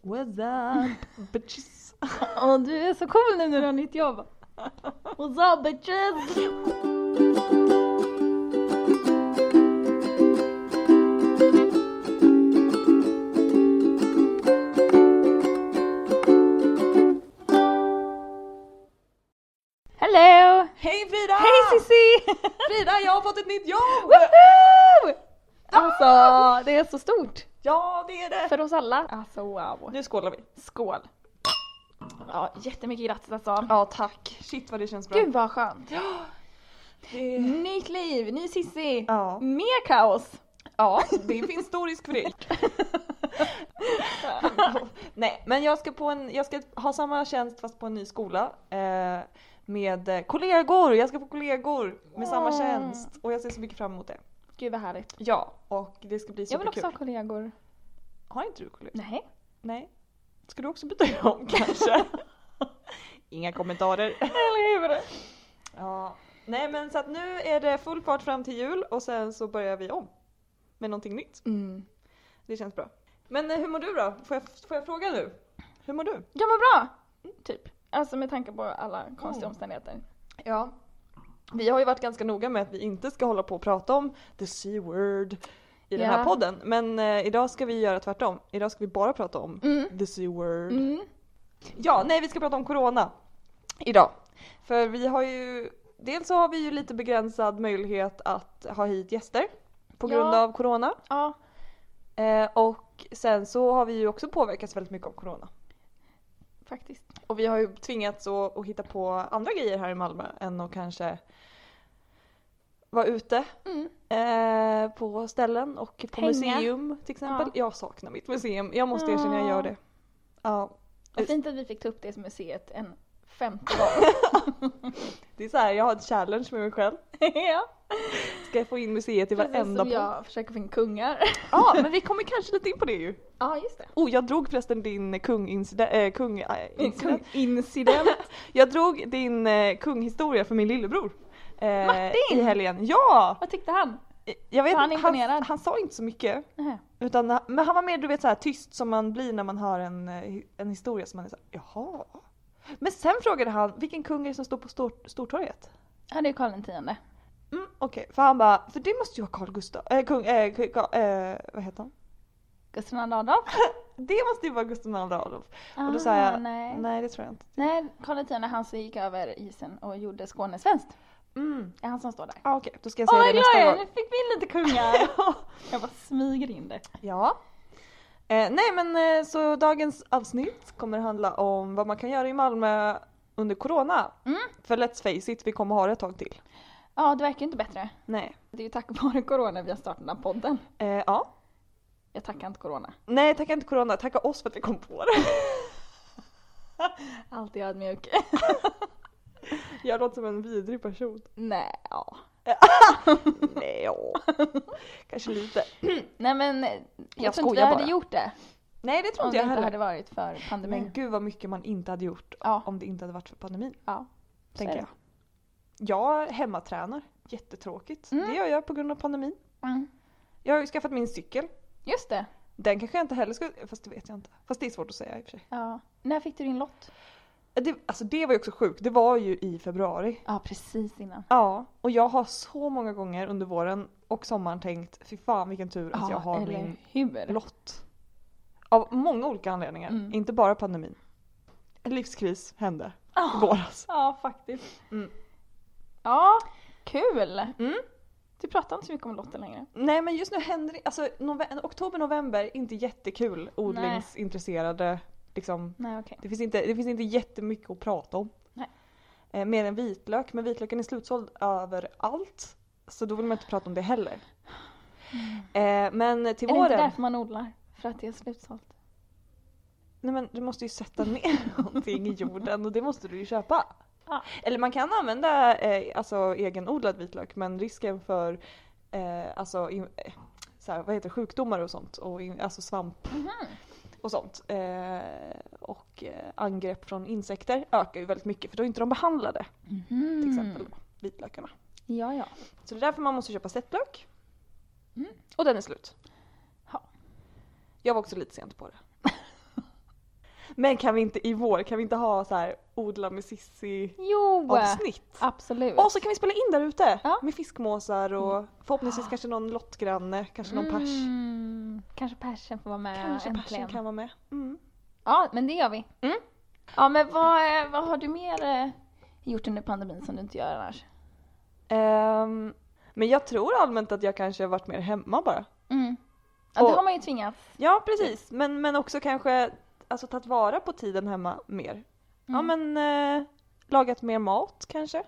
What's up, bitches? Åh, du är så cool nu när du har nytt jobb. What's up, bitches? Hello! Hej Frida! Hej Sissi! Frida, jag har fått ett nytt jobb! Woohoo! Alltså, det är så stort. Ja, det är det! För oss alla. Alltså wow. Nu skålar vi. Skål. Ja, jättemycket grattis alltså. Ja, tack. Shit vad det känns bra. Gud vad skönt. Det... Nytt liv, ny Sissi. Ja. Mer kaos. Ja, det finns stor risk för det. Nej, men jag ska ha samma tjänst fast på en ny skola. Med kollegor. Jag ska få kollegor med samma tjänst. Och jag ser så mycket fram emot det. Gud vad härligt. Ja, och det ska bli Jag vill superkul. också ha kollegor. Har inte du kollegor? Nej. Nej. Ska du också byta om kanske? Inga kommentarer. Eller hur? Ja. Nej, men så att nu är det full fart fram till jul och sen så börjar vi om med någonting nytt. Mm. Det känns bra. Men hur mår du då? Får jag fråga nu? Hur mår du? Jag mår bra. Typ. Alltså med tanke på alla konstiga omständigheter. Ja. Vi har ju varit ganska noga med att vi inte ska hålla på och prata om the C-word i den här podden. Men idag ska vi göra tvärtom. Idag ska vi bara prata om the C-word. Mm. Ja, nej, vi ska prata om corona idag. För vi har ju, dels så har vi ju lite begränsad möjlighet att ha hit gäster på grund av corona. Ja. Och sen så har vi ju också påverkats väldigt mycket av corona. Faktiskt. Och vi har ju tvingats att hitta på andra grejer här i Malmö än att kanske vara ute på ställen och på museum till exempel. Ja. Jag saknar mitt museum. Jag måste erkänna jag gör det. Ja. Vad fint att vi fick ta upp det som museet en 50 gång. Det är så här, jag har ett challenge med mig själv. Ja. Ska jag få in museet i varenda podd? Jag försöker få in kungar. Ja, men vi kommer kanske lite in på det ju. Ja, just det. Jag drog förresten din kungincident. Incident. Jag drog din kunghistoria för min lillebror. Martin! I helgen. Ja! Vad tyckte han? Jag vet, han imponerad? Han sa inte så mycket. Uh-huh. Men han var mer, du vet, så här tyst som man blir när man hör en historia som man är så här, jaha. Men sen frågade han, vilken kung är det som står på Stortorget? Ja, det är Karl X. Okej. För han bara, för det måste ju vara Carl Gustaf. Vad heter han? Gustav II Adolf? Det måste ju vara Gustav II Adolf. Och då sa jag, nej det tror jag inte. Nej, Karl X är han som gick över isen och gjorde Skåne svenskt. Det är han som står där. Okej, då ska jag säga det nästa gång. Nu fick vi in lite kungar. Jag bara smyger in det. Ja. Nej men så dagens avsnitt kommer handla om vad man kan göra i Malmö under corona. För let's face it, vi kommer ha det ett tag till. Ja, det verkar ju inte bättre. Nej. Det är ju tack vare corona vi har startat den här podden. Ja. Jag tackar inte corona. Nej, tacka inte corona. Tacka oss för att vi kom på det. Alltid ödmjuk. Jag låter som en vidrig person. Nej, ja. Nej, ja. Kanske lite. Nej, men jag tror inte skojar vi hade bara. gjort det. Nej, det tror inte jag Om det heller. inte hade varit för pandemin. Men gud vad mycket man inte hade gjort om det inte hade varit för pandemin. Ja, tänker jag. Jag hemmatränar. Jättetråkigt. Det gör jag på grund av pandemin. Jag har ju skaffat min cykel. Just det. Den kanske jag inte heller skulle... Fast det vet jag inte. Fast det är svårt att säga i och för sig. Ja. När fick du din lott? Det var ju också sjukt. Det var ju i februari. Ja, precis innan. Ja, och jag har så många gånger under våren och sommaren tänkt, fy fan vilken tur att jag har min lott. Av många olika anledningar. Inte bara pandemin. En livskris hände i våras. Ja, faktiskt. Ja, kul. Du pratar inte så mycket om lotten längre. Nej, men just nu händer det, alltså oktober, november, inte jättekul odlingsintresserade. Liksom. Nej, okay. Det finns inte jättemycket att prata om. Nej. Mer än vitlök, men vitlöken är slutsåld överallt. Så då vill man inte prata om det heller. Men till våren... Är det inte därför man odlar? För att det är slutsålt? Nej, men du måste ju sätta ner någonting i jorden och det måste du ju köpa. Ja. Eller man kan använda egenodlad vitlök, men risken för vad heter sjukdomar och sånt och alltså svamp och sånt och angrepp från insekter ökar ju väldigt mycket, för då är inte de behandlade till exempel då, vitlökarna. Ja. Så det är därför man måste köpa sättlök. Och den är slut. Ja. Jag var också lite sent på det. Men kan vi inte ha så här odla med Sissi avsnitt? Absolut. Och så kan vi spela in där ute Ja. med fiskmåsar och förhoppningsvis kanske någon lottgranne, kanske någon pers. Kanske persen får vara med Kanske äntligen. persen kan vara med. Ja, men det gör vi. Ja, men vad har du mer gjort under pandemin som du inte gör annars? Men jag tror allmänt att jag kanske har varit mer hemma bara. Ja, det har man ju tvingats. Ja, precis. Men också kanske alltså tagit vara på tiden hemma mer. Ja, men lagat mer mat kanske.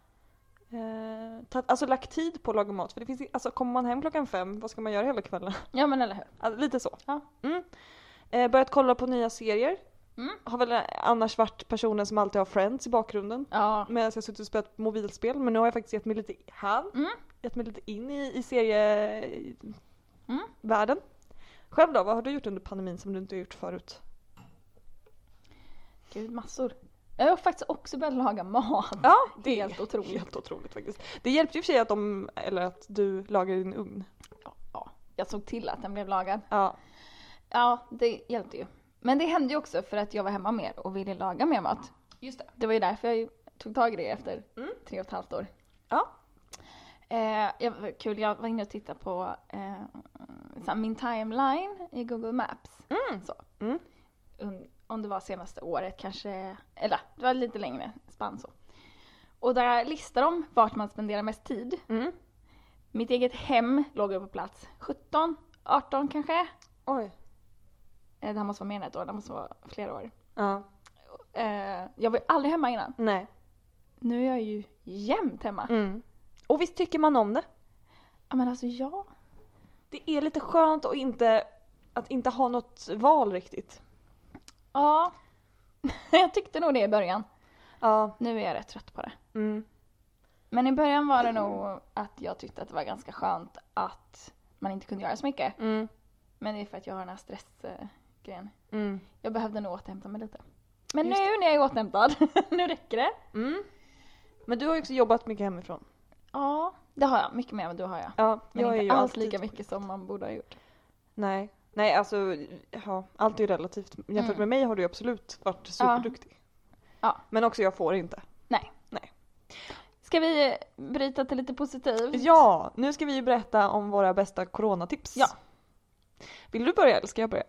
Alltså lagt tid på att laga mat. För det finns, alltså kommer man hem 5:00, vad ska man göra hela kvällen? Ja, men eller hur. Alltså, lite så. Ja. Börjat kolla på nya serier. Har väl annars varit personen som alltid har Friends i bakgrunden. Ja. Medan jag suttit och spelat mobilspel. Men nu har jag faktiskt gett mig lite in i serievärlden. Själv då, vad har du gjort under pandemin som du inte har gjort förut? Gud, massor. Jag har faktiskt också börjat laga mat. Ja, det är helt otroligt. Helt otroligt faktiskt. Det hjälpte ju för sig att du lagade din ugn. Ja, jag såg till att den blev lagad. Ja. Ja, det hjälpte ju. Men det hände ju också för att jag var hemma mer och ville laga mer mat. Just det. Det var ju därför jag tog tag i det efter 3,5 år. Ja. Jag var inne och tittade på min timeline i Google Maps. Så. Om det var senaste året kanske, eller det var lite längre spann så. Och där listar de vart man spenderar mest tid. Mitt eget hem låg på plats 17, 18 kanske. Oj. Det här måste vara mer än ett år, det måste vara flera år. Ja. Jag var aldrig hemma innan. Nej. Nu är jag ju jämt hemma. Och visst tycker man om det? Ja, men alltså ja. Det är lite skönt att inte ha något val riktigt. Ja. Jag tyckte nog det i början. Ja. Nu är jag rätt trött på det. Men i början var det nog att jag tyckte att det var ganska skönt att man inte kunde göra så mycket. Men det är för att jag har den här stressgrejen. Jag behövde nog återhämta mig lite. Men nu när jag är återhämtad, nu räcker det. Men du har ju också jobbat mycket hemifrån. Ja, det har jag. Mycket mer än du har jag. Ja, men jag inte är ju alls lika mycket som man borde ha gjort. Nej, alltså allt är ju relativt. Jämfört med mig har du ju absolut varit superduktig. Ja. Men också jag får inte. Nej. Ska vi bryta till lite positivt? Ja, nu ska vi ju berätta om våra bästa coronatips. Ja. Vill du börja eller ska jag börja?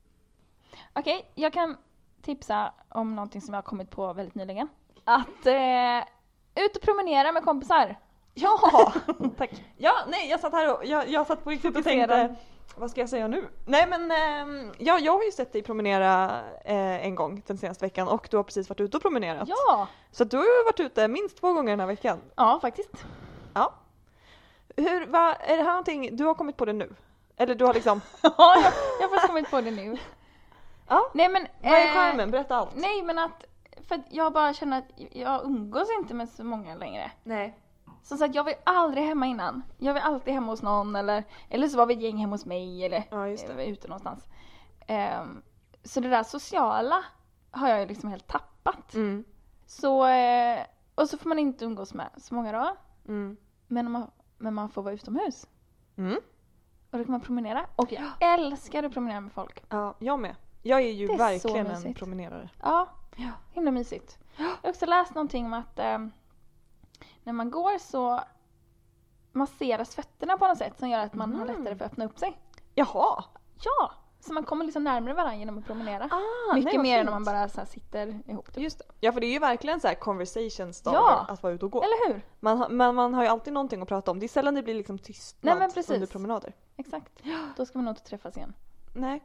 Okej, jag kan tipsa om någonting som jag har kommit på väldigt nyligen. Att ut och promenera med kompisar. Ja, tack. Ja, nej, jag satt här och jag satt på riktigt och tänkte, vad ska jag säga nu? Nej men, jag har ju sett dig promenera en gång den senaste veckan och du har precis varit ute och promenerat. Ja. Så du har ju varit ute minst 2 gånger den här veckan. Ja, faktiskt. Ja. Är det här någonting, du har kommit på det nu? Eller du har liksom... Ja, jag har faktiskt kommit på det nu. Ja, nej, men, vad är charmen? Berätta allt. Nej, men för att jag bara känner att jag umgås inte med så många längre. Nej. Som sagt, jag var aldrig hemma innan. Jag var alltid hemma hos någon eller så var vi ett gäng hemma hos mig eller ute någonstans. Så det där sociala har jag liksom helt tappat. Så, och så får man inte umgås med så många då. Men man får vara utomhus. Och då kan man promenera. Och jag älskar att promenera med folk. Ja, jag med. Jag är ju verkligen en promenerare. Ja, himla mysigt. Jag har också läst någonting om att när man går så masseras fötterna på något sätt som gör att man har lättare för att öppna upp sig. Jaha. Ja, så man kommer liksom närmare varandra genom att promenera. Mycket mer än om man bara så här sitter ihop. Typ. Just det. Ja, för det är ju verkligen så här conversation starter att vara ute och gå. Eller hur? Man har ju alltid någonting att prata om. Det är sällan det blir liksom tystnad under promenader. Exakt. Då ska man nog inte träffas igen. Nej.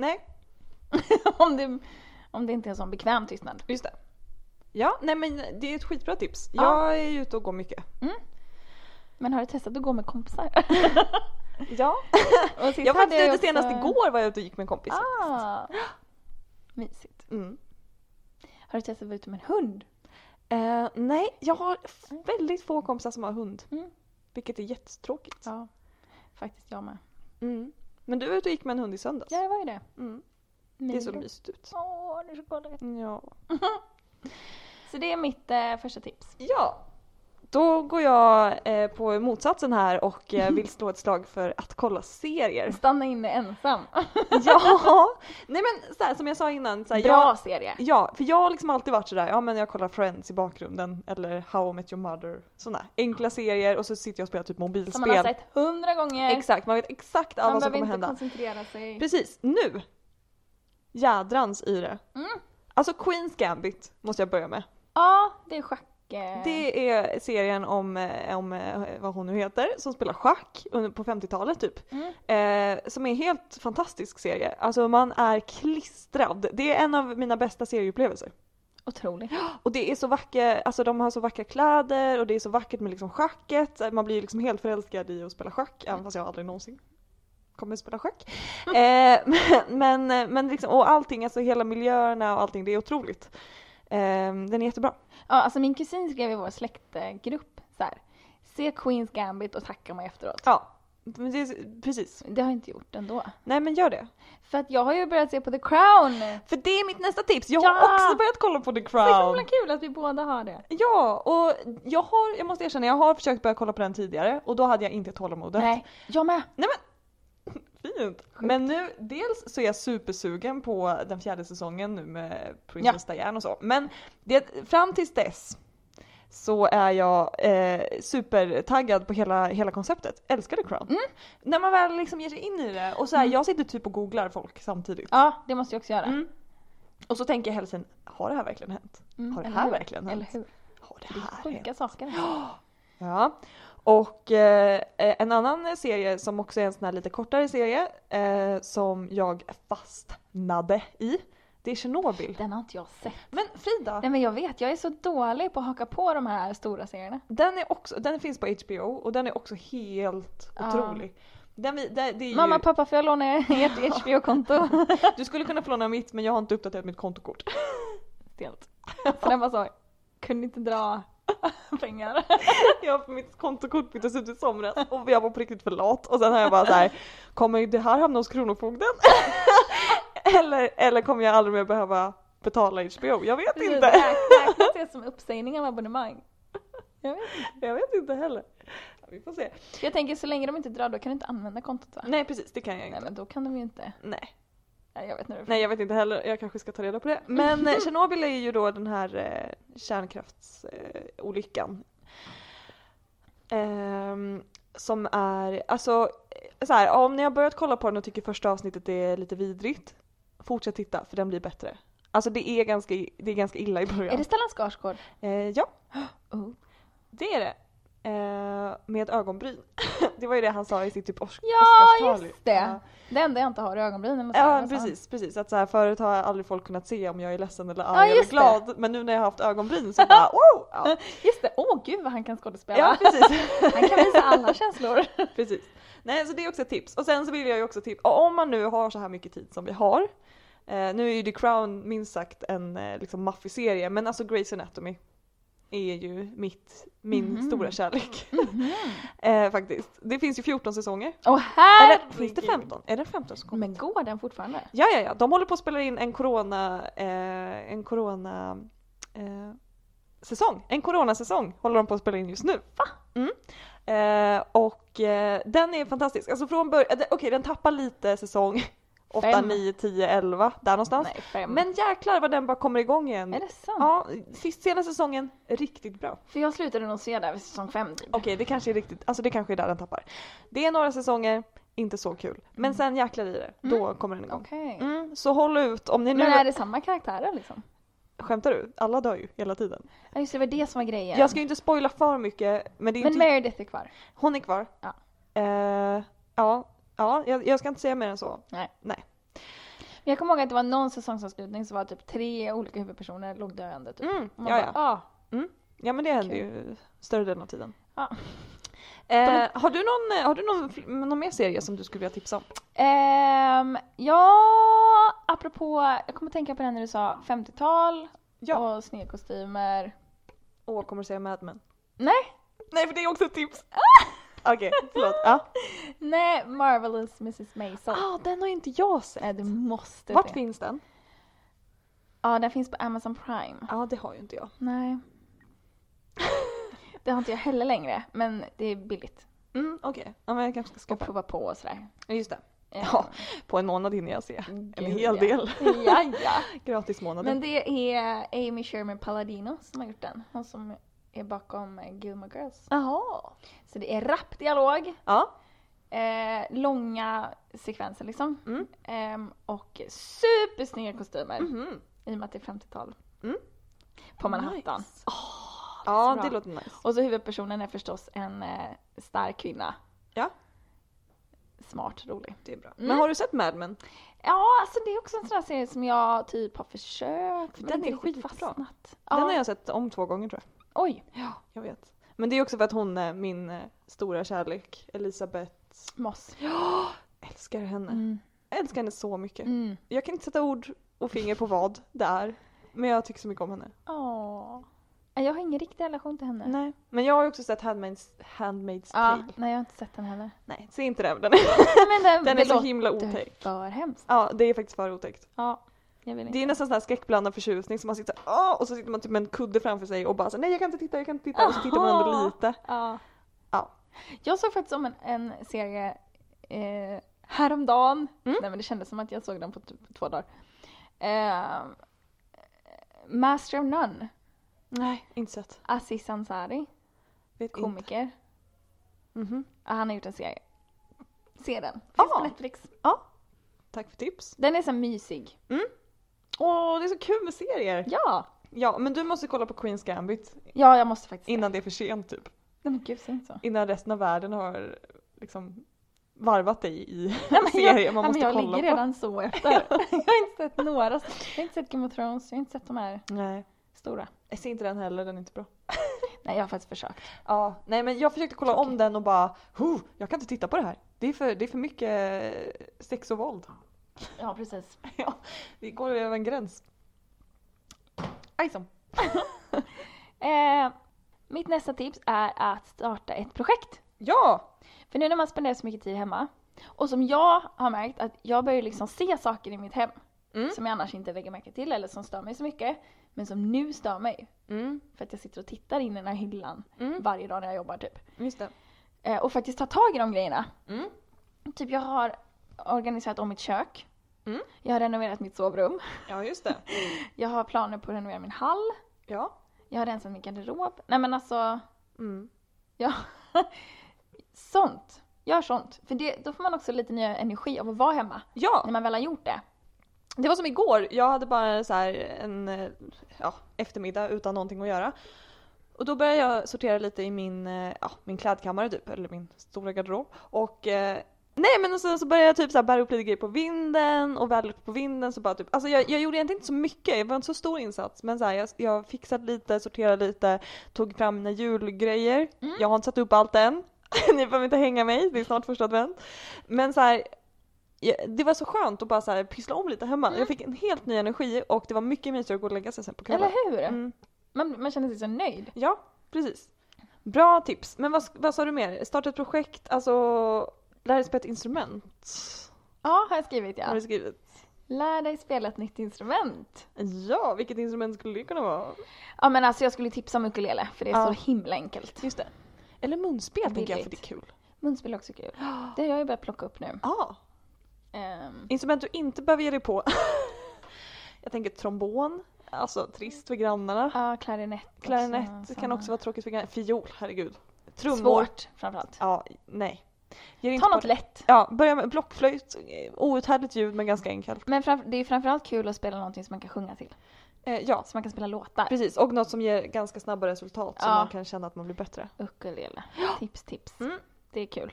om det inte är en sån bekväm tystnad. Just det. Ja, nej men det är ett skitbra tips. Jag är ute och går mycket. Men har du testat att gå med kompisar? Ja. Jag var faktiskt senast igår var jag ute och gick med en kompis. Mysigt. Har du testat att vara ute med en hund? Nej, jag har väldigt få kompisar som har hund. Vilket är jättetråkigt. Ja, faktiskt jag med. Men du var ute och gick med en hund i söndags. Ja, det var ju det. Det så mysigt ut. Åh, det är så gulligt. Ja. Så det är mitt första tips. Ja. Då går jag på motsatsen här och vill slå ett slag för att kolla serier. Stanna inne ensam. Ja, nej men så här, som jag sa innan. Så här, bra serie. Ja, för jag har liksom alltid varit sådär, ja men jag kollar Friends i bakgrunden eller How I Met Your Mother. Sådana enkla serier och så sitter jag och spelar typ mobilspel. Som man har sett 100 gånger. Exakt, man vet exakt vad som kommer hända. Man behöver inte koncentrera sig. Precis, nu. Jädrans i det. Alltså Queen's Gambit måste jag börja med. Ja, det är schack. Det är serien om vad hon nu heter, som spelar schack på 50-talet typ. Som är en helt fantastisk serie. Alltså man är klistrad. Det är en av mina bästa serieupplevelser. Otroligt. Och det är så vackert, alltså de har så vackra kläder och det är så vackert med liksom schacket. Man blir liksom helt förälskad i att spela schack, även fast jag aldrig någonsin kommer att spela schack. Men liksom, och allting, alltså hela miljöerna och allting, det är otroligt. Den är jättebra. Ja, alltså min kusin skrev i vår släktgrupp så här: se Queen's Gambit och tacka mig efteråt. Ja, precis. Det har jag inte gjort ändå. Nej, men gör det. För att jag har ju börjat se på The Crown. För det är mitt nästa tips. Jag har också börjat kolla på The Crown. Så himla kul att vi båda har det. Ja, och jag måste erkänna, jag har försökt börja kolla på den tidigare och då hade jag inte tålamodet. Nej, jag med. Nej men fint. Men nu, dels så är jag supersugen på den 4:e säsongen nu med Princess Diana och så. Men fram tills dess så är jag supertaggad på hela konceptet. Älskar The Crown. När man väl liksom ger sig in i det. Och så här, jag sitter typ och googlar folk samtidigt. Ja, det måste jag också göra. Och så tänker jag hela tiden, har det här verkligen hänt? Har det här verkligen hänt? Eller hur? Har det här hänt? Sjuka saker. Ja. Och en annan serie som också är en sån här lite kortare serie som jag fastnade i, det är Chernobyl. Den har inte jag sett. Men Frida? Nej men jag vet, jag är så dålig på att haka på de här stora serierna. Den finns på HBO och den är också helt otrolig. Det är Mamma, pappa, får jag låna ert HBO-konto? Du skulle kunna få låna mitt, men jag har inte uppdaterat mitt kontokort. Stelt. Så den var så, kunde inte dra pengar. Jag har mitt kontokort byttes ut i somras och jag var på riktigt för lat. Och sen har jag bara så här, kommer det här hamna hos Kronofogden? eller kommer jag aldrig mer behöva betala HBO? Jag vet inte. Räknas det som uppsägning av abonnemang? Jag vet inte heller. Vi får se. Jag tänker, så länge de inte drar, då kan du inte använda kontot, va? Nej, precis. Det kan jag inte. Nej, men då kan de ju inte. Nej. Jag vet inte heller. Jag kanske ska ta reda på det. Men Chernobyl är ju då den här kärnkraftsolyckan. Som är, alltså så här, om ni har börjat kolla på den och tycker första avsnittet är lite vidrigt, fortsätt titta för den blir bättre. Alltså det är ganska illa i början. Är det Stellan Skarsgård? Ja. Det är det. Med ögonbryn. Det var ju det han sa i sitt typ Oscarstal. Ja, just det. Ja. Det enda jag inte har i ögonbrynen. Ja, precis. Att så här, förut har aldrig folk kunnat se om jag är ledsen eller arg eller glad. Det. Men nu när jag har haft ögonbryn så bara, wow! Ja. Just det, gud vad han kan skådespela. Ja, precis. Han kan visa alla känslor. Precis. Nej, så det är också ett tips. Och sen så vill jag ju också tipsa, om man nu har så här mycket tid som vi har. Nu är ju The Crown minst sagt en liksom maffig serie, men alltså Grey's Anatomy är ju min stora kärlek. Faktiskt. Det finns ju 14 säsonger. Eller finns det 15? Är det 15 som kommer? Men går den fortfarande? Ja. De håller på att spela in en coronasäsong håller de på att spela in just nu. Va? Och den är fantastisk. Alltså från början, den tappar lite säsong 8, 9, 10, 11 där någonstans. Nej, 5. Men jäklar vad den bara kommer igång igen. Är det sant? Ja, senaste säsongen riktigt bra. För jag slutade nog se där vid säsong 5 typ. Okej, det kanske är riktigt, alltså det kanske är där den tappar. Det är några säsonger, inte så kul. Men sen jäklar i det, då kommer den igång. Okay. Så håll ut om ni nu... Men är det samma karaktärer liksom? Skämtar du? Alla dör ju hela tiden. Ja, just det, var det som var grejen. Jag ska ju inte spoila för mycket. Men Meredith är kvar? Hon är kvar. Ja. Jag ska inte säga mer än så. Nej. Men jag kommer ihåg att det var någon säsongsavslutning så var typ 3 olika huvudpersoner låg döende typ. Ja, men det händer ju större delen av tiden. Ja. Har du någon mer serie som du skulle vilja tipsa om? Apropå, jag kommer tänka på den när du sa 50-tal och snedkostymer. Kommer du säga Mad Men? Nej, för det är också ett tips. Okej, förlåt. Ja. Nej, Marvelous Mrs. Maisel. Den har inte jag sett. Nej, du måste. Vart finns den? Ja, den finns på Amazon Prime. Ja, det har ju inte jag. Nej. Det har inte jag heller längre, men det är billigt. Okej. Ja, men jag kanske ska skaffa. Och prova på och sådär. Just det. Ja, på en månad hinner jag se en hel del. Ja. Gratis månader. Men det är Amy Sherman Palladino som har gjort den. Hon som är bakom Gilmore Girls. Jaha. Så det är rapp dialog. Ja. Långa sekvenser liksom. Och supersnygga kostymer. I och med att det är 50-tal. På Manhattan. Nice. Ja, det låter nice. Och så huvudpersonen är förstås en stark kvinna. Ja. Smart, rolig. Det är bra. Men har du sett Mad Men? Ja, alltså det är också en sån här serie som jag typ har försökt. Den är skitbra. Ja. Den har jag sett om 2 gånger tror jag. Oj. Ja, jag vet. Men det är också för att hon är min stora kärlek, Elisabeth Moss. Ja, älskar henne. Jag älskar henne så mycket. Jag kan inte sätta ord och finger på vad det är. Men jag tycker så mycket om henne. Jag har ingen riktig relation till henne. Nej. Men jag har ju också sett Handmaid's Tale. Nej, jag har inte sett den heller. Nej, se inte den. Den är så himla otäck. För hemskt. Ja, det är faktiskt för otäckt. Ja, jag vill inte. Det är nästan sån här skräckblandad förtjusning som man sitter och så sitter man typ med en kudde framför sig och bara så, nej jag kan inte titta och så tittar man ändå lite. Ja. Jag såg faktiskt om en serie häromdagen. Nej, men det kändes som att jag såg den på typ 2 dagar. Master of None. Nej, inte sett. Aziz Ansari. Komiker. Han har gjort en serie. Se den. Finns på Netflix. Ja. Tack för tips. Den är så mysig. Åh, det är så kul med serier. Ja. Ja, men du måste kolla på Queen's Gambit. Ja, jag måste faktiskt. Innan det är för sent typ. Nej men gud, säg inte så. Innan resten av världen har liksom varvat dig i serier man måste kolla på. Jag ligger redan så efter. Jag har inte sett några. Jag har inte sett Game of Thrones. Jag har inte sett de här stora. Jag ser inte den heller, den är inte bra. Nej, jag har faktiskt försökt. Ja, nej men jag försökte kolla om den och bara, jag kan inte titta på det här. Det är för mycket sex och våld. Ja, precis. Ja, vi går över en gräns. Ajsom. Mitt nästa tips är att starta ett projekt. Ja! För nu när man spenderar så mycket tid hemma, och som jag har märkt att jag börjar liksom se saker i mitt hem som jag annars inte lägger märke till eller som stör mig så mycket, men som nu stör mig. För att jag sitter och tittar in i den här hyllan varje dag när jag jobbar typ. Just det. Och faktiskt ta tag i de grejerna. Typ jag har organiserat om mitt kök. Jag har renoverat mitt sovrum. Ja, just det. Jag har planer på att renovera min hall. Ja. Jag har rensat min garderob. Nej men alltså... Ja. Sånt. Gör sånt. För då får man också lite ny energi av att vara hemma. Ja. När man väl har gjort det. Det var som igår. Jag hade bara så här en eftermiddag utan någonting att göra. Och då började jag sortera lite i min klädkammare typ. Eller min stora garderob. Och... nej men så började jag typ så här bära upp lite grejer på vinden och väl upp på vinden så bara typ, alltså jag gjorde egentligen inte så mycket, det var en så stor insats men så här, jag fixade lite, sorterade lite, tog fram mina julgrejer. Jag har inte satt upp allt än. Ni behöver inte hänga mig, det är snart första advent. Men så här, det var så skönt att bara så här pyssla om lite hemma. Jag fick en helt ny energi och det var mycket mysigare att gå och lägga sig sen på kvällen. Eller hur? Man känner sig så nöjd. Ja, precis. Bra tips. Men vad sa du mer? Starta ett projekt, alltså lär dig spela ett instrument. Ja, har jag skrivit, ja. Har du skrivit? Lär dig spela ett nytt instrument. Ja, vilket instrument skulle det kunna vara? Ja, men alltså jag skulle tipsa om ukulele, för det är så himla enkelt. Just det. Eller munspel tänker jag, för det är kul. Munspel är också kul. Det har jag ju börjat plocka upp nu. Ja. Instrument du inte behöver ge dig på. Jag tänker trombon. Alltså trist för grannarna. Ja, klarinett. Klarinett kan också vara tråkigt för grannarna. Fiol, herregud. Trummor. Svårt, framförallt. Ja, nej. Ta något lätt. Ja, börja med blockflöjt. Outhärdligt ljud men ganska enkelt. Men det är framförallt kul att spela någonting som man kan sjunga till. Ja. Så man kan spela låtar. Precis, och något som ger ganska snabba resultat så man kan känna att man blir bättre. Ukulele. Tips. Det är kul.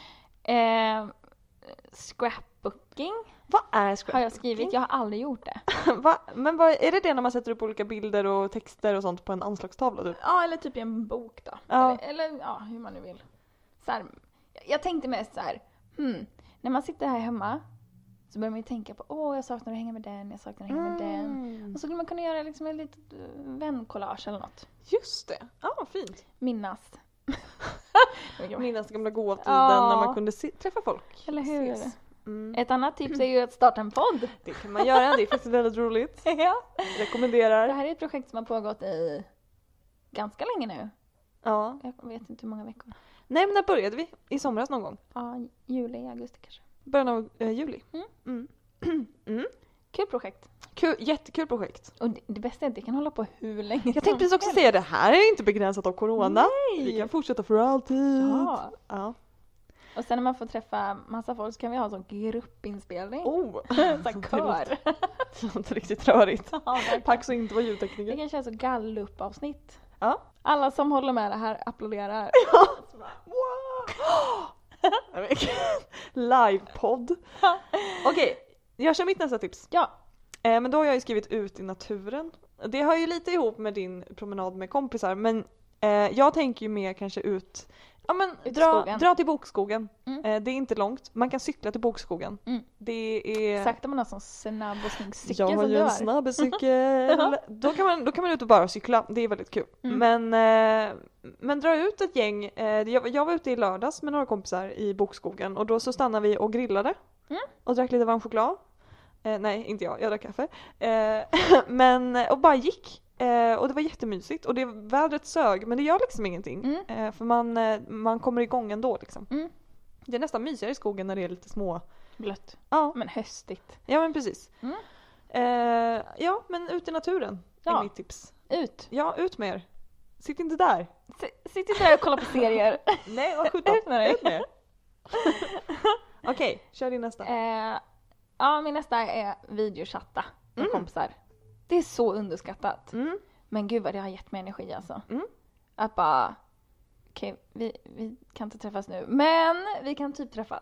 Scrapbooking. Vad är scrapbooking? Har jag skrivit. Jag har aldrig gjort det. Men är det när man sätter upp olika bilder och texter och sånt på en anslagstavla typ? Ja, eller typ i en bok då. Ja. Eller hur man nu vill. Så här, jag tänkte mest så här, när man sitter här hemma så börjar man ju tänka på, jag saknar att hänga med den, jag saknar att hänga med den. Och så skulle man kunna göra liksom en litet vänkollage eller något. Just det. Ja, fint. Minnas gamla goda tiden när man kunde träffa folk. Eller hur? Ett annat tips är ju att starta en podd. Det kan man göra, det är faktiskt väldigt roligt. Ja. Rekommenderar. Det här är ett projekt som har pågått i ganska länge nu. Ja. Jag vet inte hur många veckor. Nej, men när började vi? I somras någon gång? Ja, juli, augusti kanske. Början av juli. Kul projekt. Jättekul projekt. Och det bästa är att det kan hålla på hur länge Jag tänkte precis också säga det här är inte begränsat av corona. Nej. Vi kan fortsätta för alltid. Ja. Och sen när man får träffa massa folk så kan vi ha en sån gruppinspelning. Oh. Så kör. Det låter riktigt rörigt. Ja, Tack så inte vara ljudtekniker. Det kanske är så gallup-avsnitt. Ja. Alla som håller med det här applåderar. Ja. Wow. Livepodd. Okej, jag kör mitt nästa tips. Ja. Men då har jag ju skrivit ut i naturen. Det har ju lite ihop med din promenad med kompisar. Men jag tänker ju mer kanske ut... Ja, men dra till bokskogen. Det är inte långt. Man kan cykla till bokskogen. Det är... Sagt att man har sån snabb och snygg cykel jag som har ju en snabb cykel. då kan man ut och bara cykla. Det är väldigt kul. Men dra ut ett gäng. Jag var ute i lördags med några kompisar i bokskogen. Och då så stannade vi och grillade. Och drack lite varm choklad. Nej, inte jag drack kaffe. Och bara gick. Och det var jättemysigt. Och vädret sög, men det gör liksom ingenting. För man kommer igång ändå liksom. Det är nästan mysigare i skogen när det är lite små... Blött. Ja. Men höstigt. Ja, men precis. Ja, men ut i naturen är mitt tips. Ut. Ja, ut med er. Sitt inte där. Sitt inte där och kolla på serier. Nej, vad sjutton. Ut med dig. Ut med er. Okej, kör din nästa. Ja, min nästa är videochatta med kompisar. Det är så underskattat. Men gud vad det har gett mig energi alltså. Att bara, okej, vi kan inte träffas nu. Men vi kan typ träffas.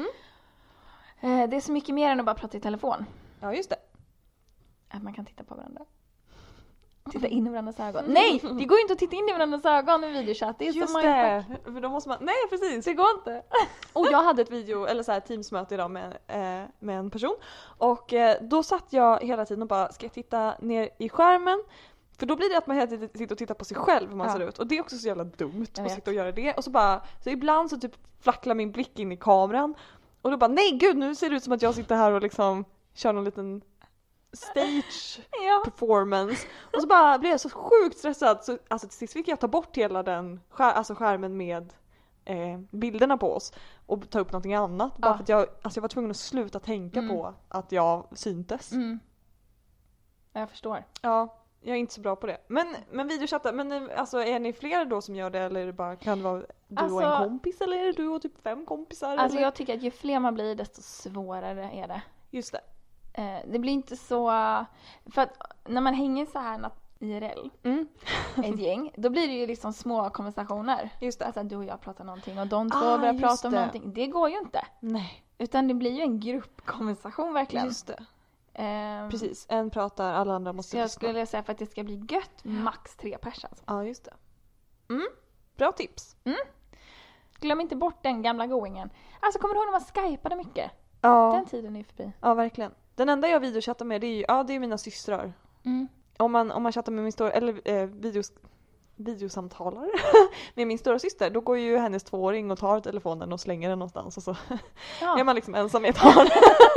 Det är så mycket mer än att bara prata i telefon. Ja, just det. Att man kan titta på varandra. Titta in i varandras ögon. Nej, det går ju inte att titta in i varandras ögon i videochatt. Det är just så det. För då måste man... Nej, precis. Det går inte. Och jag hade ett Teamsmöte idag med en person. Och då satt jag hela tiden och bara, ska jag titta ner i skärmen? För då blir det att man hela tiden sitter och tittar på sig själv hur man ser ut. Och det är också så jävla dumt att sitta och göra det. Och så ibland så typ flacklar min blick in i kameran. Och då bara, nej gud, nu ser det ut som att jag sitter här och liksom kör någon liten stage performance. Och så bara blev jag så sjukt stressad. Så alltså till sist fick jag ta bort hela den skärmen med bilderna på oss och ta upp någonting annat. Bara för att jag var tvungen att sluta tänka på att jag syntes. Jag förstår. Ja, jag är inte så bra på det. Men videochatta, men alltså är ni fler då som gör det, eller är det bara, kan det vara du och en kompis, eller är det du och typ 5 kompisar? Alltså eller? Jag tycker att ju fler man blir desto svårare är det. Just det. Det blir inte så, för att när man hänger så här IRL ett gäng, då blir det ju liksom små konversationer. Just det. Alltså du och jag pratar någonting och de två börjar prata om någonting. Det går ju inte. Nej. Utan det blir ju en gruppkonversation verkligen. Just det. Precis, en pratar, alla andra måste så jag skulle säga för att det ska bli gött, max 3 personer. Alltså. Ja, just det. Bra tips. Glöm inte bort den gamla goingen. Alltså kommer du ihåg när man skypade mycket? Ja. Den tiden är förbi. Ja, verkligen. Den enda jag videochattar med, det är mina systrar. Om man chattar med min stora, eller videosamtalar med min stora syster, då går ju hennes 2-åring och tar telefonen och slänger den någonstans och så är man liksom ensam i ett hörn.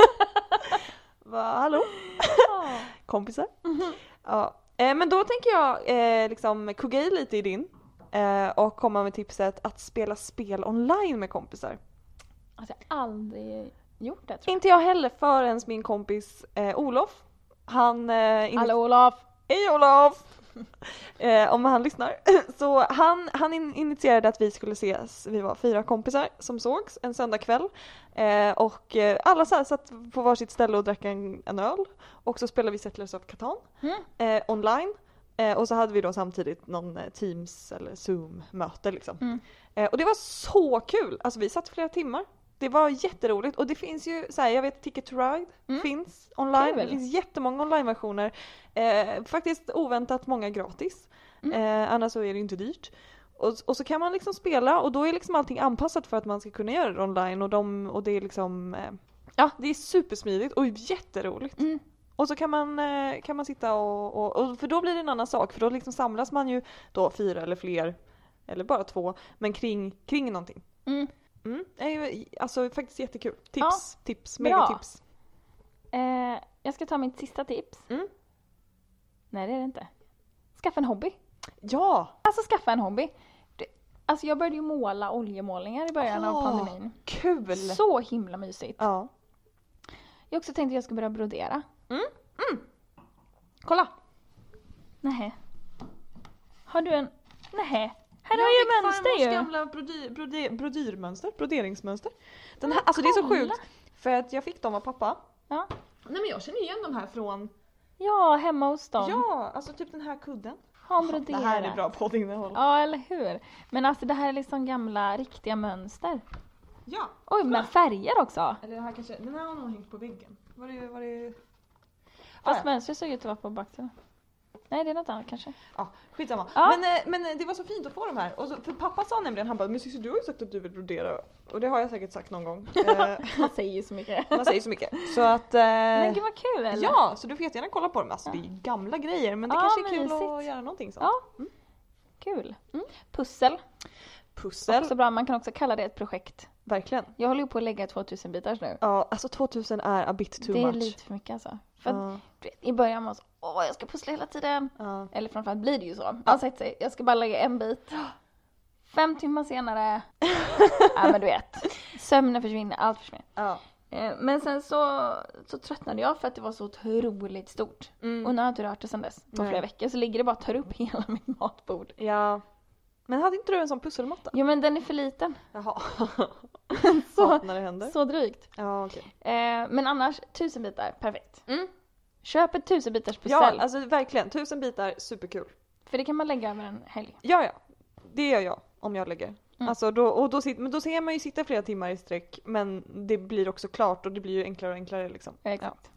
Hallå? Kompisar? Ja. Men då tänker jag liksom kugga i lite i din och komma med tipset att spela spel online med kompisar. Alltså jag har aldrig gjort det, tror jag. Inte jag heller, förrän min kompis Olof. Hallå Olof! Hej Olof! Om han lyssnar. Så han initierade att vi skulle ses. Vi var 4 kompisar som sågs en söndagkväll. Och alla satt på varsitt ställe och drack en öl. Och så spelade vi Settlers of Catan online. Och så hade vi då samtidigt någon Teams eller Zoom-möte liksom. Och det var så kul! Alltså vi satt flera timmar. Det var jätteroligt. Och det finns ju, jag vet Ticket to Ride finns online. Det finns jättemånga online-versioner. Faktiskt oväntat många gratis. Annars så är det inte dyrt. Och så kan man liksom spela, och då är liksom allting anpassat för att man ska kunna göra det online. Och det är liksom, det är supersmidigt och jätteroligt. Och så kan man sitta och för då blir det en annan sak. För då liksom samlas man ju då 4 eller fler, eller bara 2, men kring någonting. Alltså faktiskt jättekul. Megatips. Jag ska ta mitt sista tips. Nej, det är det inte. Skaffa en hobby. Ja! Alltså skaffa en hobby. Alltså jag började ju måla oljemålningar i början av pandemin. Kul! Så himla mysigt. Ja. Jag också tänkte att jag ska börja brodera. Kolla! Nej. Har du en... Nej. Här har jag mönster ju. Gamla brodyrmönster, broderingsmönster. Den här, alltså det är så sjukt. För att jag fick dem av pappa. Ja. Nej men jag känner igen de här från... Ja, hemma hos dem. Ja, alltså typ den här kudden. Han broderar. Det här är bra poddinnehåll. Ja, eller hur? Men alltså det här är liksom gamla, riktiga mönster. Ja. Oj, med färger också. Eller den här kanske, den här har nog hängt på väggen. Var det... Fast mönstret såg ut att vara på baksidan. Nej, det är något annat kanske. Ja, skitsamma. Ja. Men det var så fint att få de här. Och så, för pappa sa nämligen, han bara, men Cissi, du har ju sagt att du vill brodera. Och det har jag säkert sagt någon gång. Man säger ju så mycket. Man säger så mycket. Så att... Men gud vad kul, eller? Ja, så du får jättegärna kolla på dem. Alltså det är gamla grejer, men det kanske är kul mysigt. att göra någonting sånt. Ja, kul. Pussel. Också bra, man kan också kalla det ett projekt. Verkligen. Jag håller ju på att lägga 2000 bitars nu. Ja, alltså 2000 är a bit too much. Det är lite för mycket alltså. För att, i början var man jag ska pussla hela tiden. Eller framförallt blir det ju så. Man har sett sig, jag ska bara lägga en bit. 5 timmar senare. Ja men du vet. Sömnen försvinner, allt försvinner. Ja. Men sen så tröttnade jag för att det var så otroligt stort. Och nu har jag inte rört det sedan dess. På flera veckor så ligger det bara och tar upp hela mitt matbord. Ja. Men hade inte du en sån pusselmatta? Jo men den är för liten. Jaha. så, när det händer. Så drygt. Ja, okej. Men annars 1000 bitar, perfekt. Köp ett 1000 bitars pussel. Ja, alltså verkligen. 1000 bitar, superkul. För det kan man lägga över en helg. Ja. Det gör jag om jag lägger. Alltså då ser man ju sitta flera timmar i sträck, men det blir också klart och det blir ju enklare och enklare liksom. Exakt.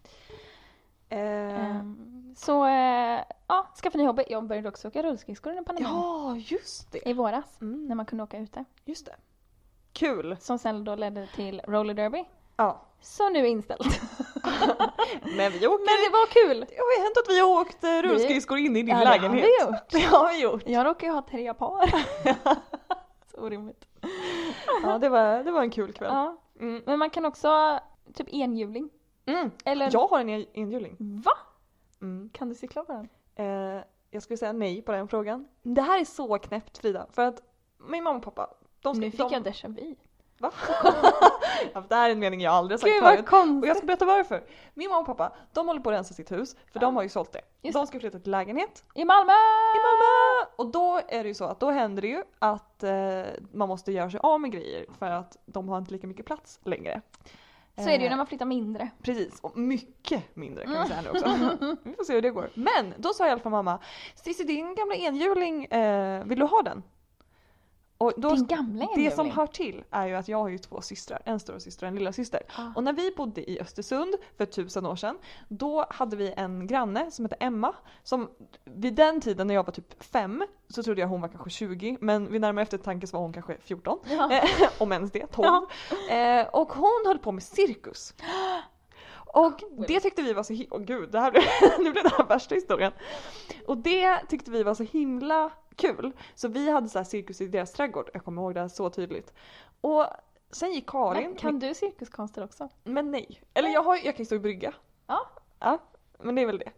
Ja. Skaffa ny hobby. Jag började också åka rullskridskor under pandemin. Ja, just det. I våras, när man kunde åka ute. Just det. Kul. Som sen då ledde till roller derby. Ja. Så nu är inställt. Men det var kul. Det har ju hänt att vi har åkt rullskridskor in i din lägenhet. Det har vi gjort. Jag råkar ju ha 3 par. Så orimligt. Ja, det var en kul kväll. Ja. Men man kan också typ enhjuling. Eller... Jag har en enhjuling. Va? Kan du cykla på den? Jag skulle säga nej på den frågan. Det här är så knäppt, Frida. För att min mamma och pappa... Nu fick jag déjà vu. Va? Ja, det här är en mening jag aldrig har sagt förut. Och jag ska berätta varför. Min mamma och pappa, de håller på att rensa sitt hus. För de har ju sålt det. De ska flytta till lägenhet. I Malmö! Och då är det ju så att då händer det ju att man måste göra sig av med grejer. För att de har inte lika mycket plats längre. Så är det ju när man flyttar mindre. Precis, och mycket mindre kan vi säga nu också. Vi får se hur det går. Men då sa i alla fall mamma, Cissi, din gamla enhjuling, vill du ha den? Och då, din gamla enhjuling? Det som hör till är ju att jag har ju 2 systrar, en stora syster och en lilla syster. Och när vi bodde i Östersund för 1000 år sedan, då hade vi en granne som hette Emma, som vid den tiden när jag var typ 5 så trodde jag hon var kanske 20, men vid närmare eftertanke så var hon kanske 14. Om ens det, 12. Och hon höll på med cirkus. Och det tyckte vi var så gud, nu blev det här värsta historien. Och det tyckte vi var så himla kul. Så vi hade så här cirkus i deras trädgård. Jag kommer ihåg det här så tydligt. Och sen gick Karin... Men kan du cirkuskonster också? Men nej. Eller jag kan ju stå i brygga. Ja, men det är väl det.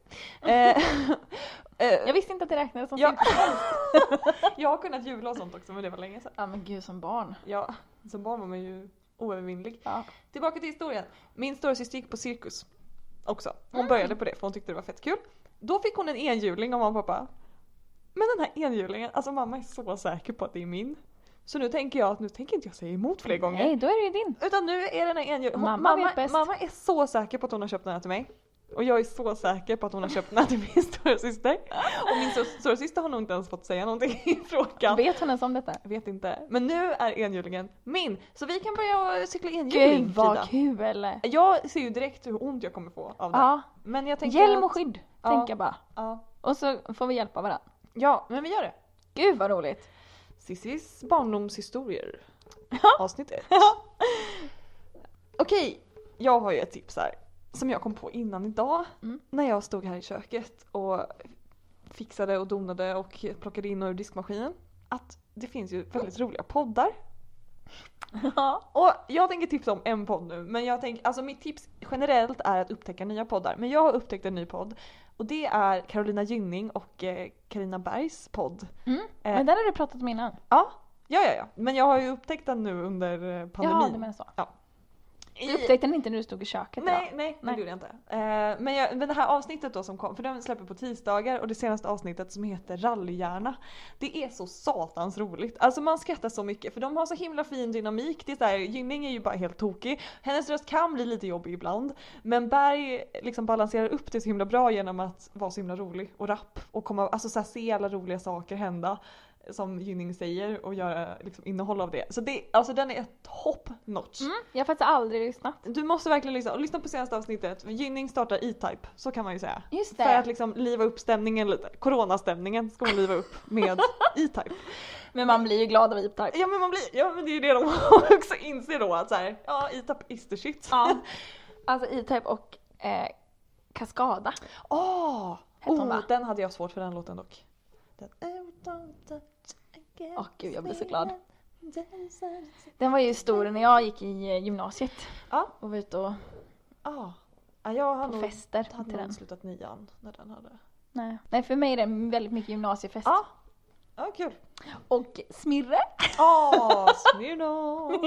Jag visste inte att det räknades som cirkuskonst. Jag har kunnat jula och sånt också, men det var länge sedan. Ja men gud, som barn. Ja, som barn var man ju oövervinnlig. Tillbaka till historien. Min stora syster gick på cirkus också. Hon började på det för hon tyckte det var fett kul. Då fick hon en enhjuling av mamma och pappa. Men den här enhjulingen, alltså mamma är så säker på att det är min. Så nu tänker jag att nu tänker inte jag säga emot fler gånger. Nej, då är det ju din. Utan nu är den här enhjulingen. Mamma vet bäst. Mamma är så säker på att hon har köpt den här till mig. Och jag är så säker på att hon har köpt den här till min stora syster. Och min stora syster har nog inte ens fått säga någonting i frågan. Vet hon ens om detta? Jag vet inte. Men nu är enhjulingen min. Så vi kan börja cykla enhjuling. Gud vad kul. Jag ser ju direkt hur ont jag kommer få av det. Ja. Men jag tänker hjälm och skydd, tänker jag bara. Ja. Och så får vi hjälpa varandra. Ja, men vi gör det. Gud vad roligt. Cissis barndomshistorier. Avsnitt 1. Okej, jag har ju ett tips här. Som jag kom på innan idag. När jag stod här i köket och fixade och donade och plockade in ur diskmaskinen. Att det finns ju väldigt roliga poddar. Och jag tänker tipsa om en podd nu. Men jag tänker, alltså mitt tips generellt är att upptäcka nya poddar. Men jag har upptäckt en ny podd. Och det är Carolina Gynning och Carina Bergs podd. Men den har du pratat om innan. Ja, Ja. Men jag har ju upptäckt den nu under pandemin. Ja, det menar så. Ja. Du upptäckte den inte när du stod i köket? Nej, det gjorde jag inte. Men det här avsnittet då som kom, för den släpper på tisdagar och det senaste avsnittet som heter Rallyhjärna. Det är så satans roligt. Alltså man skrattar så mycket för de har så himla fin dynamik. Det är så här, Gynning är ju bara helt tokig. Hennes röst kan bli lite jobbig ibland. Men Berg liksom balanserar upp det så himla bra genom att vara så himla rolig och rapp. Och alltså så här, se alla roliga saker hända. Som Gynning säger och göra liksom innehåll av det. Så alltså den är top notch. Jag har faktiskt aldrig lyssnat. Du måste verkligen lyssna på senaste avsnittet. Gynning startar E-Type, så kan man ju säga. Just det. För att liksom liva upp stämningen lite. Coronastämningen ska man liva upp med E-Type. Men man blir ju glad av E-Type. Ja men det är ju det de också inser då att så här, ja E-Type is the shit. Ja. Alltså E-Type och Kaskada. Den hade jag svårt för den låten dock. Gud, jag blir så glad. Den var ju stor när jag gick i gymnasiet. Ja. Och var ute och jag har på fester till den. Jag slutat 9:an när den hade. Nej, för mig är det väldigt mycket gymnasiefest. Ja, kul. Och Smirre. Smirno.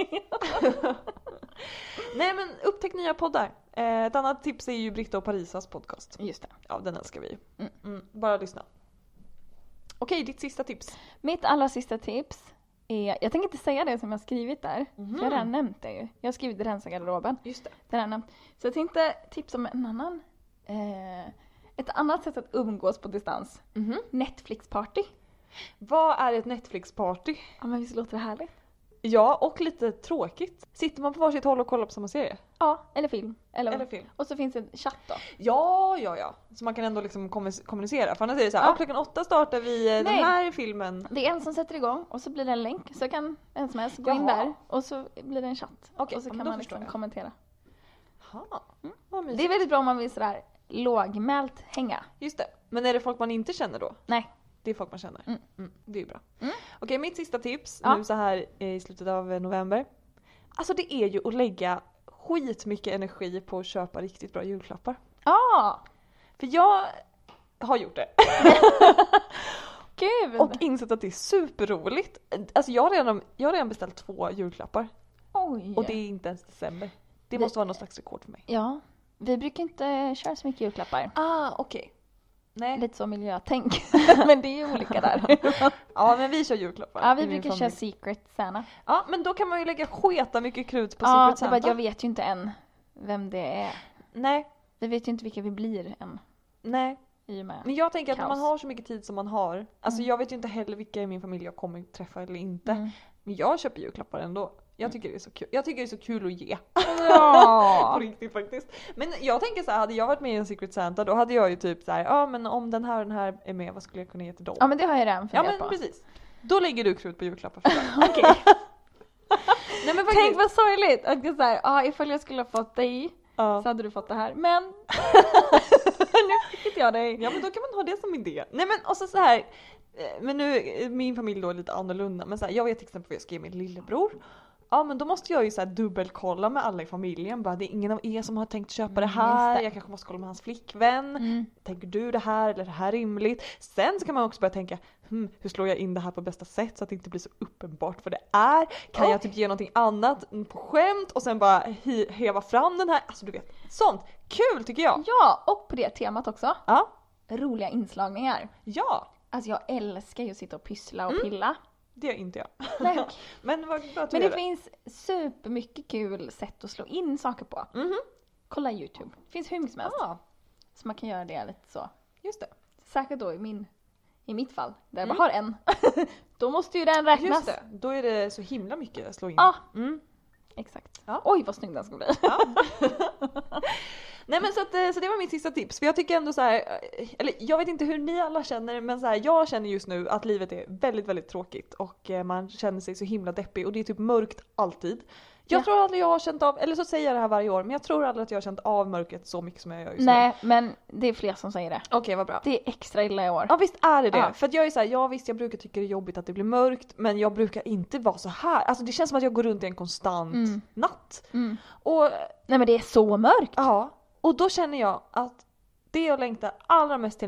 Nej men upptäck nya poddar. Ett annat tips är ju Britta och Parisas podcast. Just det. Ja, den älskar vi. Bara lyssna. Okej, ditt sista tips. Mitt allra sista tips är, jag tänker inte säga det som jag skrivit där. För jag har redan nämnt det ju. Jag har skrivit rensa garderoben. Just det. Den har jag nämnt. Så jag tänkte tipsa om en annan. Ett annat sätt att umgås på distans. Netflix-party. Vad är ett Netflix-party? Ja, men visst låter det härligt? Ja, och lite tråkigt. Sitter man på varsitt håll och kollar på samma serie? Ja, eller film. Eller film. Och så finns det en chatt då. Ja. Så man kan ändå liksom kommunicera. För annars är det så här, klockan 8 startar vi den här filmen. Det är en som sätter igång och så blir det en länk. Så kan en som helst gå in där och så blir det en chatt. Okej, och så kan man liksom kommentera. Det är väldigt bra om man vill sådär lågmält hänga. Just det. Men är det folk man inte känner då? Nej. Det är folk man känner. Det är ju bra. Okej, mitt sista tips nu så här i slutet av november. Alltså det är ju att lägga skitmycket energi på att köpa riktigt bra julklappar. För jag har gjort det. Gud! Och insett att det är superroligt. Alltså jag har redan beställt 2 julklappar. Oj. Och det är inte ens december. Det måste vara någon slags rekord för mig. Ja, vi brukar inte köra så mycket julklappar. Okej. Nej. Lite så miljötänk. Men det är ju olika där. Ja, men vi kör julklappar. Ja, vi brukar köra Secret Santa. Ja, men då kan man ju lägga sketa mycket krut på Secret Santa. Ja, det var jag vet ju inte än vem det är. Nej. Vi vet ju inte vilka vi blir än. Nej. Men jag tänker att när man har så mycket tid som man har. Alltså jag vet ju inte heller vilka i min familj jag kommer träffa eller inte. Men jag köper julklappar ändå. Jag tycker det är så kul. Jag tycker det är så kul att ge. Ja. På riktigt faktiskt. Men jag tänker så här, hade jag varit med i en Secret Santa då hade jag ju typ så här, men om den här och den här är med, vad skulle jag kunna ge till dem? Ja, men det har jag redan funderat på. Ja, men precis. Då lägger du krut på julklappar för det. Okej. Nej, men tänk vad sorgligt. Att det är så här, ifall jag skulle ha fått dig så hade du fått det här. Men nu fick inte jag dig. Ja, men då kan man ha det som idé. Nej, men och så här. Men nu min familj då är lite annorlunda. Men så här, jag vet till exempel vad jag ska ge min lillebror. Ja, men då måste jag ju så här dubbelkolla med alla i familjen. Bara, det är ingen av er som har tänkt köpa det här. Jag kanske måste kolla med hans flickvän. Tänker du det här eller är det här rimligt? Sen så kan man också börja tänka, hur slår jag in det här på bästa sätt så att det inte blir så uppenbart vad det är? Kan jag typ ge någonting annat på skämt och sen bara heva fram den här? Alltså du vet, sånt. Kul tycker jag. Ja, och på det temat också. Ja. Roliga inslagningar. Ja. Alltså jag älskar ju att sitta och pyssla och pilla. Det gör inte jag. Nej. Men vad bra att Men det finns supermycket kul sätt att slå in saker på. Kolla YouTube. Det finns hur mycket som helst. Så man kan göra det lite så. Just det. Särskilt då i mitt fall. Där jag bara har en. Då måste ju den räknas. Just det. Då är det så himla mycket att slå in. Ja. Exakt. Ja. Oj, vad snygg den ska bli. Ja. Nej, men så det var mitt sista tips. För jag tycker ändå så här, eller jag vet inte hur ni alla känner, men så här, jag känner just nu att livet är väldigt, väldigt tråkigt och man känner sig så himla deppig och det är typ mörkt alltid. Jag tror aldrig jag har känt av, eller så säger jag det här varje år, men jag tror aldrig att jag har känt av mörkret så mycket som jag gör just nu. Nej, men det är fler som säger det. Okej, vad bra. Det är extra illa i år. Ja, visst är det det. Ja. För att jag är så här, visst jag brukar tycka det är jobbigt att det blir mörkt, men jag brukar inte vara så här. Alltså det känns som att jag går runt i en konstant natt. Och nej, men det är så mörkt. Ja. Och då känner jag att det jag längtar allra mest till nu,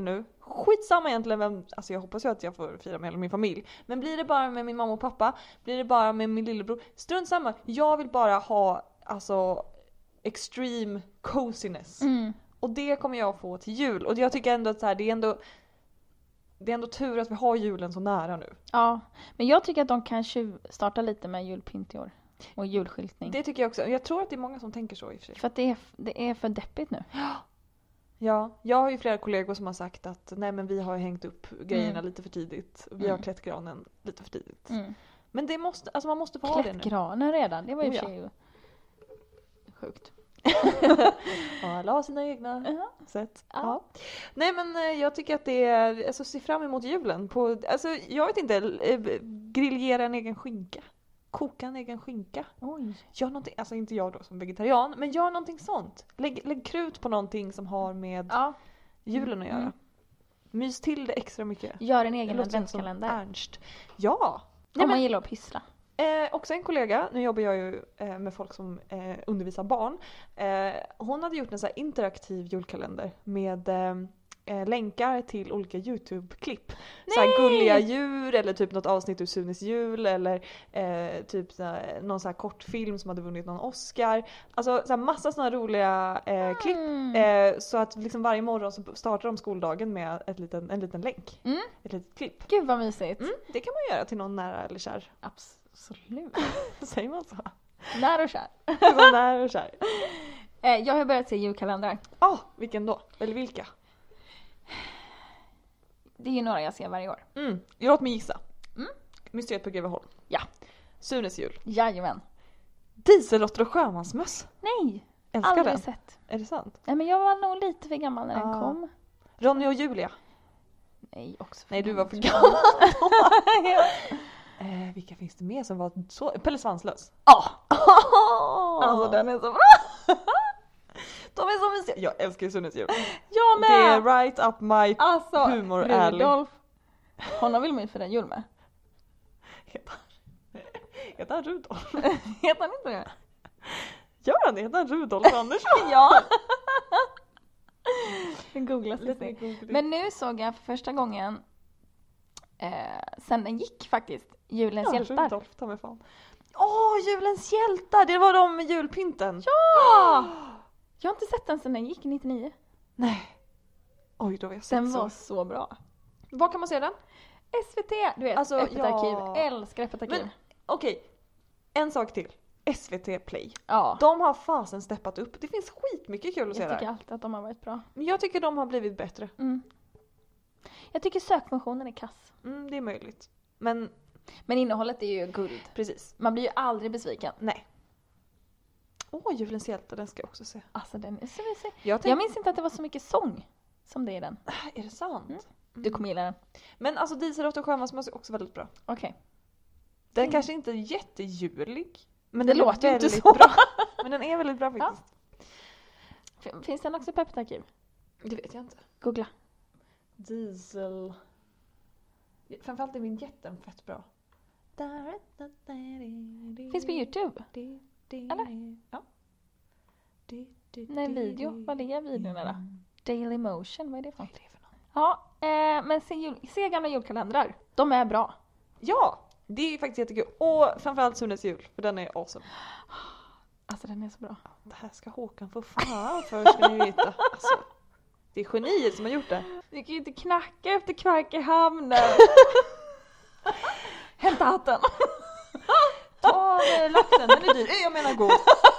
skitsamma egentligen vem, alltså jag hoppas ju att jag får fira med hela min familj. Men blir det bara med min mamma och pappa, blir det bara med min lillebror, strunt samma. Jag vill bara ha alltså extreme coziness. Och det kommer jag få till jul. Och jag tycker ändå att så här, det är ändå tur att vi har julen så nära nu. Ja, men jag tycker att de kan starta lite med julpynt i år. Och julskyltning. Det tycker jag också. Jag tror att det är många som tänker så i och för sig. För att det är för deppigt nu. Ja, jag har ju flera kollegor som har sagt att nej men vi har hängt upp grejerna lite för tidigt. Vi har klätt granen lite för tidigt. Men det måste, alltså man måste få ha det nu. Klätt granen redan, det var ju för sig sjukt. Ja, alla har sina egna sätt. Ja. Nej men jag tycker att det är, alltså se fram emot julen. Alltså jag vet inte, griljera en egen skinka. Koka en egen skinka. Oj. Gör någonting, alltså inte jag då som vegetarian, men gör någonting sånt. Lägg krut på någonting som har med julen att göra. Mys till det extra mycket. Gör en egen adventskalender. Ernst. Ja. Om man gillar att pyssla. Också en kollega, nu jobbar jag ju med folk som undervisar barn. Hon hade gjort en så här interaktiv julkalender med länkar till olika YouTube-klipp. Så här gulliga djur eller typ något avsnitt ur Sunes jul eller typ så här, någon så här kortfilm som hade vunnit någon Oscar. Alltså så här massa såna roliga klipp. Så att liksom varje morgon så startar de skoldagen med en liten länk. Ett litet klipp. Gud vad mysigt. Det kan man göra till någon nära eller kär. Absolut. Säger man så? Nära och kär. Nära och kär. Jag har börjat se julkalendrar. Vilken då? Eller vilka? Det är ju några jag ser varje år. Låt mig gissa. Mysteriet på Greveholm. Ja. Sunes jul. Jajamän. Dieselråttor och sjömansmöss. Nej. Älskar aldrig den. Sett. Är det sant? Nej men jag var nog lite för gammal när den kom. Ronny och Julia. Nej, också för Nej, du var för gammal. Vilka finns det mer som var så? Pelle Svanslös. Alltså den är så bra. De är så mysiga. Jag älskar ju Sunes jul. Jag med. Det är right up my humor alley. Rudolf. Honom vill man ju fira jul med. Heter han Rudolf? Heter han inte det? Gör han det? Heter han Rudolf Andersson? Ja. Den googlas lite. Men nu såg jag för första gången sen den gick faktiskt Julens hjältar. Rudolf, ta mig fan. Julens hjältar! Det var de med julpynten. Ja! Jag har inte sett den sen den gick 99. Nej. Oj, då var jag sett den var så bra. Var kan man se den? SVT, du vet, alltså, Öppet arkiv. Älskar Öppet arkiv. Men okej, en sak till. SVT Play. Ja. De har fasen steppat upp. Det finns skitmycket kul att se där. Jag tycker alltid att de har varit bra. Men jag tycker de har blivit bättre. Jag tycker sökfunktionen är kass. Det är möjligt. Men innehållet är ju guld. Precis. Man blir ju aldrig besviken. Nej. Julens hjältar, den ska jag också se. Alltså den är så mysig. Jag minns inte att det var så mycket sång som det är den. Är det sant? Du kommer gilla den. Men alltså Dieselråttor och sjömansmöss är också väldigt bra. Okej. Den kanske inte är jättejulig. Men det den låter ju inte väldigt så bra. Men den är väldigt bra faktiskt. Ja. Finns den också på Öppet arkiv? Det vet jag inte. Googla. Diesel. Framförallt är vinjetten fett bra. Finns på YouTube? Eller? Ja. Nej, video. Vad ligger videorna då? Daily Motion, vad är det för något? Ja, men se gamla julkalendrar. De är bra. Ja, det är faktiskt jättekul. Och framförallt Sunes jul, för den är awesome. Alltså den är så bra. Det här ska Håkan få fan för, ska ni veta. Alltså, det är geniet som har gjort det. Du kan ju inte knacka efter kvark i hamnen. Hämta hatten. Ta laxen, den är dyr. Jag menar god.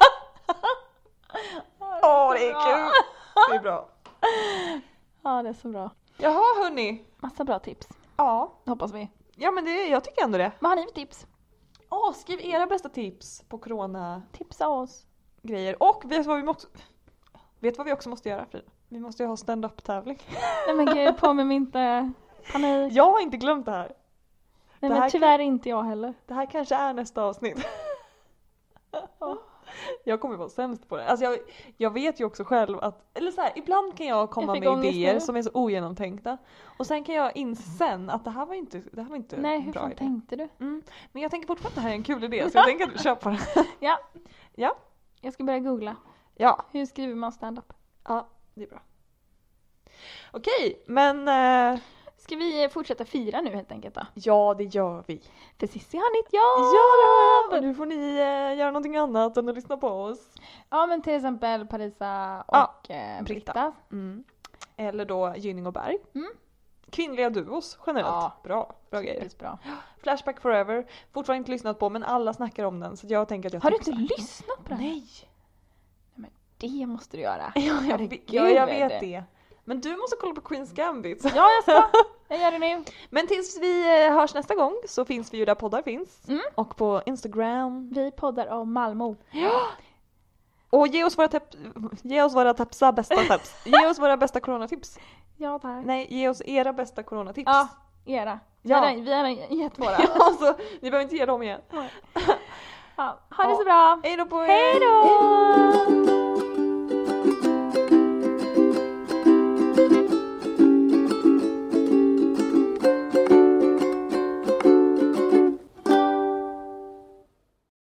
Det är kul. Det är bra. Ja, det är så bra. Jaha, hörni. Massa bra tips. Ja. Hoppas vi. Ja, men jag tycker ändå det. Vad har ni för tips? Skriv era bästa tips på corona. Tipsa oss. Grejer. Och vet vad vi också måste göra, Frida? Vi måste ju ha stand-up-tävling. Nej men gud, på mig inte panik. Jag har inte glömt det här. Nej men tyvärr inte jag heller. Det här kanske är nästa avsnitt. Jag kommer vara sämst på det. Alltså jag vet ju också själv att, eller så här, ibland kan jag komma med idéer som är så ogenomtänkta. Och sen kan jag inse att det här var inte Nej, hur bra fan idé. Tänkte du? Men jag tänker fortfarande att det här är en kul idé, så jag tänker att du kör på det. Ja. Jag ska börja googla. Ja. Hur skriver man stand-up? Ja, det är bra. Okej, men... Ska vi fortsätta fira nu helt enkelt då? Ja, det gör vi. För Cissi har nytt jobb! Ja, och nu får ni göra någonting annat än att lyssna på oss. Ja, men till exempel Parisa och Britta. Mm. Eller då Gynning och Berg. Kvinnliga duos generellt. Ja. Bra grejer. Bra. Flashback Forever. Fortfarande inte lyssnat på, men alla snackar om den. Så jag tänker att jag har du inte lyssnat på den? Nej. Men det måste du göra. Jag vet det. Men du måste kolla på Queen's Gambit. Ja, jag ska. Jag gör det nu. Men tills vi hörs nästa gång så finns vi ju där poddar finns. Och på Instagram. Vi poddar om Malmö. Ja. Och ge oss våra bästa tips. Ge oss våra bästa coronatips. Ja, tack. Nej, ge oss era bästa coronatips. Ja, era. Vi har gett våra. Ja, så ni behöver inte ge dem igen. Ja, ha det så bra. Hej då på er. Hej då.